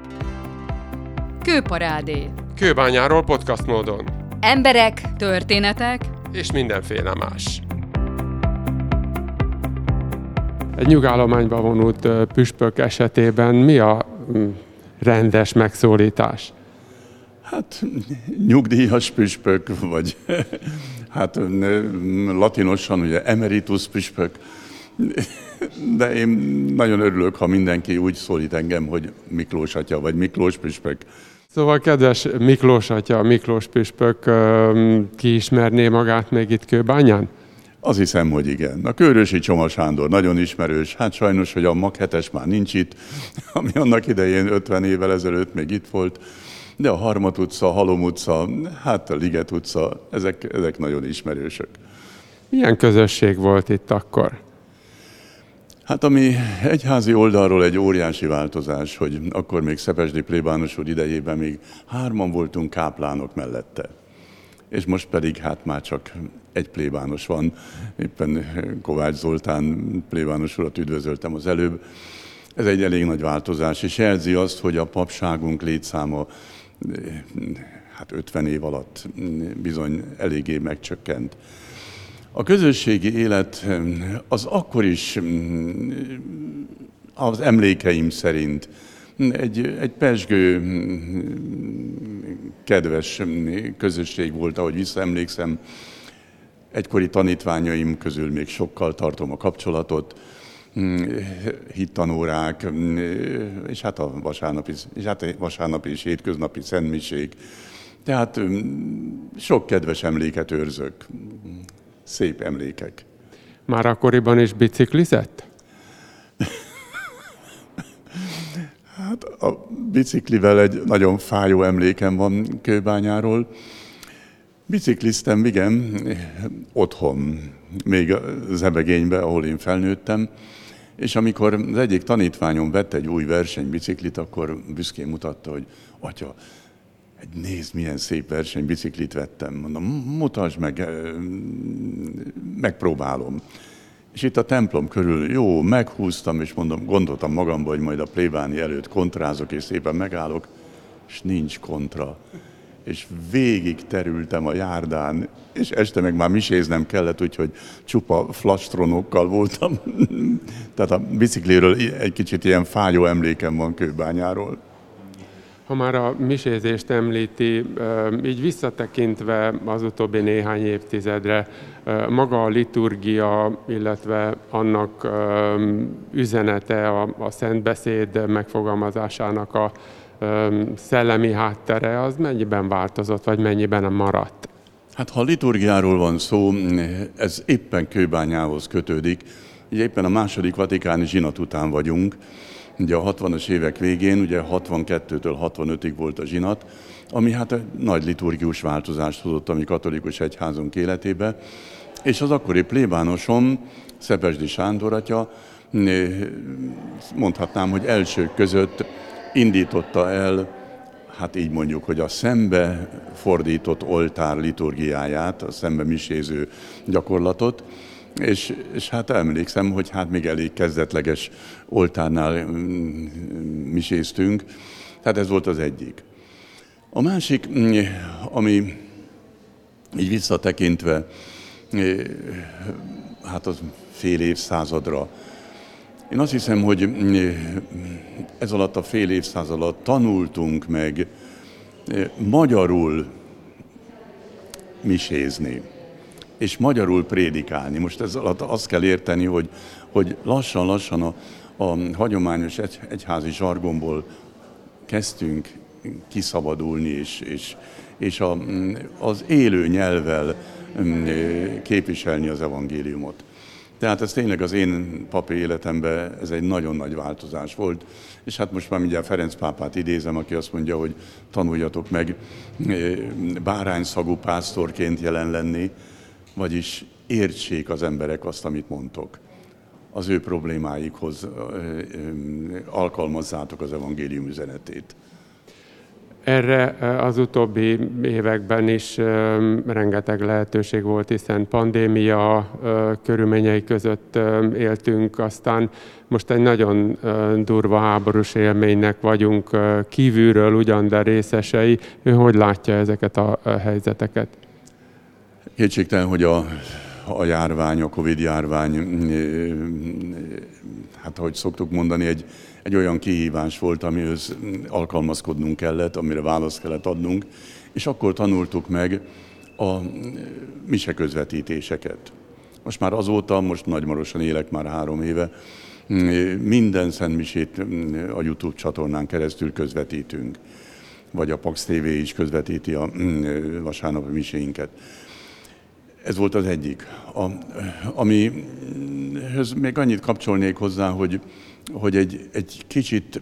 Kőparádé. Kőbányáról podcast módon. Emberek, történetek és mindenféle más. Egy nyugállományba vonult püspök esetében mi a rendes megszólítás? Hát nyugdíjas püspök, vagy hát latinosan ugye emeritus püspök, de én nagyon örülök, ha mindenki úgy szólít engem, hogy Miklós atya, vagy Miklós püspök. Szóval kedves Miklós atya, Miklós püspök kiismerné magát még itt Kőbányán? Azt hiszem, hogy igen. A Kőrösi Csoma Sándor nagyon ismerős, hát sajnos, hogy a Maghetes már nincs itt, ami annak idején 50 évvel ezelőtt még itt volt, de a Harmat utca, a Halom utca, hát a Liget utca, ezek nagyon ismerősök. Milyen közösség volt itt akkor? Hát ami egyházi oldalról egy óriási változás, hogy akkor még Szepesdi plébános úr idejében még 3 voltunk káplánok mellette. És most pedig hát már csak egy plébános van. Éppen Kovács Zoltán plébános urat üdvözöltem az előbb. Ez egy elég nagy változás, és jelzi azt, hogy a papságunk létszáma hát 50 év alatt bizony eléggé megcsökkent. A közösségi élet az akkor is az emlékeim szerint egy pezsgő, kedves közösség volt, ahogy visszaemlékszem. Egykori tanítványaim közül még sokkal tartom a kapcsolatot, hittanórák, és hát a vasárnapi és hétköznapi szentmisék. Tehát sok kedves emléket őrzök. Szép emlékek. Már akkoriban is biciklizett? Hát a biciklivel egy nagyon fájó emlékem van Kőbányáról. Bicikliztem, igen, otthon, még Zebegénybe, ahol én felnőttem, és amikor az egyik tanítványom vett egy új versenybiciklit, akkor büszkén mutatta, hogy atya, nézd, milyen szép versenybiciklit vettem. Mondom, mutasd meg, megpróbálom. És itt a templom körül jó, meghúztam, és mondom, gondoltam magamba, hogy majd a plébáni előtt kontrázok, és szépen megállok, és nincs kontra. És végig terültem a járdán, és este meg már miséznem kellett, úgyhogy csupa flastronokkal voltam. Tehát a bicikliről egy kicsit ilyen fájó emlékem van Kőbányáról. Ha már a misézést említi, így visszatekintve az utóbbi néhány évtizedre, maga a liturgia, illetve annak üzenete, a szentbeszéd megfogalmazásának a szellemi háttere, az mennyiben változott, vagy mennyiben maradt? Hát ha a liturgiáról van szó, ez éppen Kőbányához kötődik. Ugye éppen a II. Vatikáni zsinat után vagyunk. Ugye a 60-as évek végén, ugye 62-től 65-ig volt a zsinat, ami hát egy nagy liturgikus változást hozott a mi katolikus egyházunk életébe, és az akkori plébánosom, Szepesdi Sándor atya, mondhatnám, hogy elsők között indította el, hát így mondjuk, hogy a szembe fordított oltár liturgiáját, a szembe miséző gyakorlatot, és hát emlékszem, hogy hát még elég kezdetleges oltárnál miséztünk, tehát ez volt az egyik. A másik, ami így visszatekintve, hát az fél évszázadra, én azt hiszem, hogy ez alatt a fél évszázad alatt tanultunk meg magyarul misézni, és magyarul prédikálni. Most ez alatt azt kell érteni, hogy lassan-lassan a hagyományos egyházi zsargonból kezdtünk kiszabadulni, és az élő nyelvvel képviselni az evangéliumot. Tehát ez tényleg az én papi életemben ez egy nagyon nagy változás volt, és hát most már mindjárt Ferenc pápát idézem, aki azt mondja, hogy tanuljatok meg bárányszagú pásztorként jelen lenni, vagyis értsék az emberek azt, amit mondtok. Az ő problémáikhoz alkalmazzátok az evangélium üzenetét. Erre az utóbbi években is rengeteg lehetőség volt, hiszen pandémia körülményei között éltünk, aztán most egy nagyon durva háborús élménynek vagyunk kívülről ugyan, de részesei. Ő hogy látja ezeket a helyzeteket? Kétségtelen, hogy a járvány, a Covid-járvány, hát ahogy szoktuk mondani, egy olyan kihívás volt, amihez alkalmazkodnunk kellett, amire választ kellett adnunk, és akkor tanultuk meg a mise közvetítéseket. Most már azóta, most Nagymaroson élek már 3 éve, minden szentmisét a YouTube csatornán keresztül közvetítünk, vagy a Pax TV is közvetíti a vasárnapi miséinket. Ez volt az egyik. Amihez még annyit kapcsolnék hozzá, hogy egy kicsit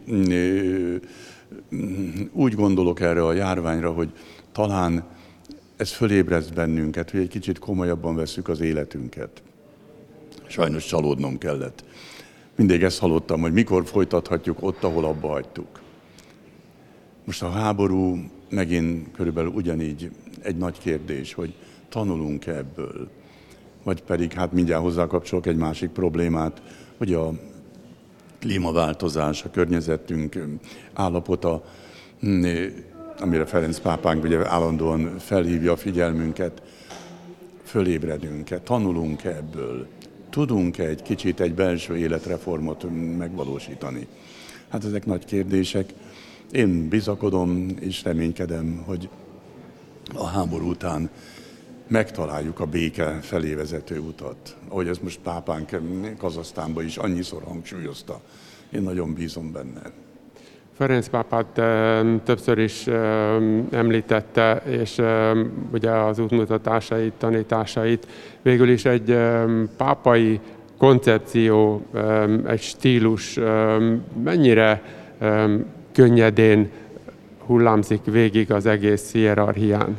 úgy gondolok erre a járványra, hogy talán ez fölébreszt bennünket, hogy egy kicsit komolyabban vesszük az életünket. Sajnos csalódnom kellett. Mindig ezt hallottam, hogy mikor folytathatjuk ott, ahol abba hagytuk. Most a háború megint körülbelül ugyanígy egy nagy kérdés, hogy tanulunk ebből. Vagy pedig, hát mindjárt hozzákapcsolok egy másik problémát, hogy a klímaváltozás, a környezetünk állapota, amire Ferenc pápánk ugye állandóan felhívja a figyelmünket, fölébredünk-e, tanulunk-e ebből, tudunk-e egy kicsit egy belső életreformot megvalósítani. Hát ezek nagy kérdések. Én bizakodom és reménykedem, hogy a háború után megtaláljuk a béke felé vezető utat. Ahogy ezt most pápánk Kazahsztánban is annyiszor hangsúlyozta. Én nagyon bízom benne. Ferenc pápát többször is említette, és ugye az útmutatásait, tanításait. Végül is egy pápai koncepció, egy stílus mennyire könnyedén hullámzik végig az egész hierarchián?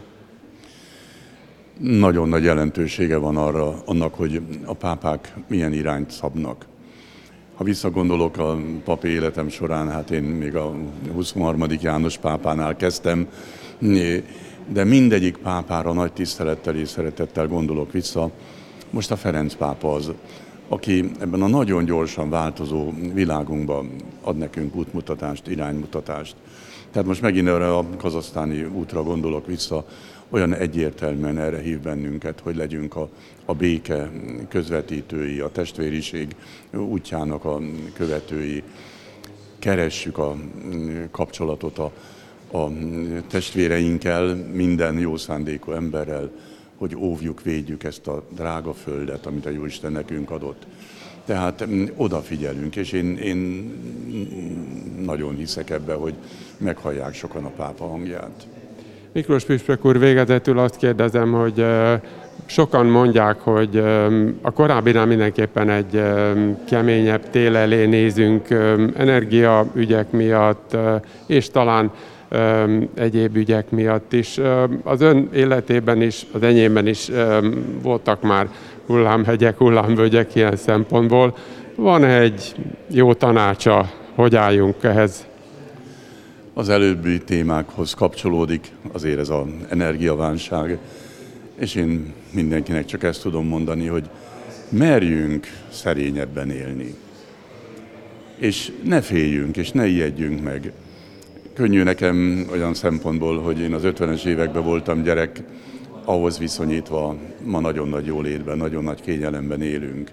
Nagyon nagy jelentősége van annak, hogy a pápák milyen irányt szabnak. Ha visszagondolok a papi életem során, hát én még a 23. János pápánál kezdtem, de mindegyik pápára nagy tisztelettel és szeretettel gondolok vissza. Most a Ferenc pápa az, aki ebben a nagyon gyorsan változó világunkban ad nekünk útmutatást, iránymutatást. Tehát most megint erre a kazahsztáni útra gondolok vissza, olyan egyértelműen erre hív bennünket, hogy legyünk a béke közvetítői, a testvériség útjának a követői. Keressük a kapcsolatot a testvéreinkkel, minden jó szándékú emberrel, hogy óvjuk, védjük ezt a drága földet, amit a Jóisten nekünk adott. Tehát odafigyelünk, és én nagyon hiszek ebbe, hogy meghallják sokan a pápa hangját. Miklós püspök úr, végezetül azt kérdezem, hogy sokan mondják, hogy a korábbinál mindenképpen egy keményebb tél elé nézünk energiaügyek miatt, és talán egyéb ügyek miatt is. Az ön életében is, az enyémben is voltak már hullámhegyek, hullámvölgyek ilyen szempontból. Van egy jó tanácsa, hogy álljunk ehhez? Az előbbi témákhoz kapcsolódik azért ez az energiaválság, és én mindenkinek csak ezt tudom mondani, hogy merjünk szerényebben élni. És ne féljünk, és ne ijedjünk meg. Könnyű nekem olyan szempontból, hogy én az 50-es években voltam gyerek, ahhoz viszonyítva ma nagyon nagy jólétben, nagyon nagy kényelemben élünk.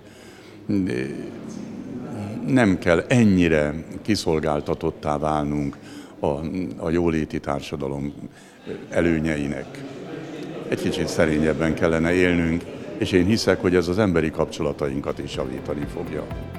Nem kell ennyire kiszolgáltatottá válnunk a jóléti társadalom előnyeinek. Egy kicsit szerényebben kellene élnünk, és én hiszek, hogy ez az emberi kapcsolatainkat is javítani fogja.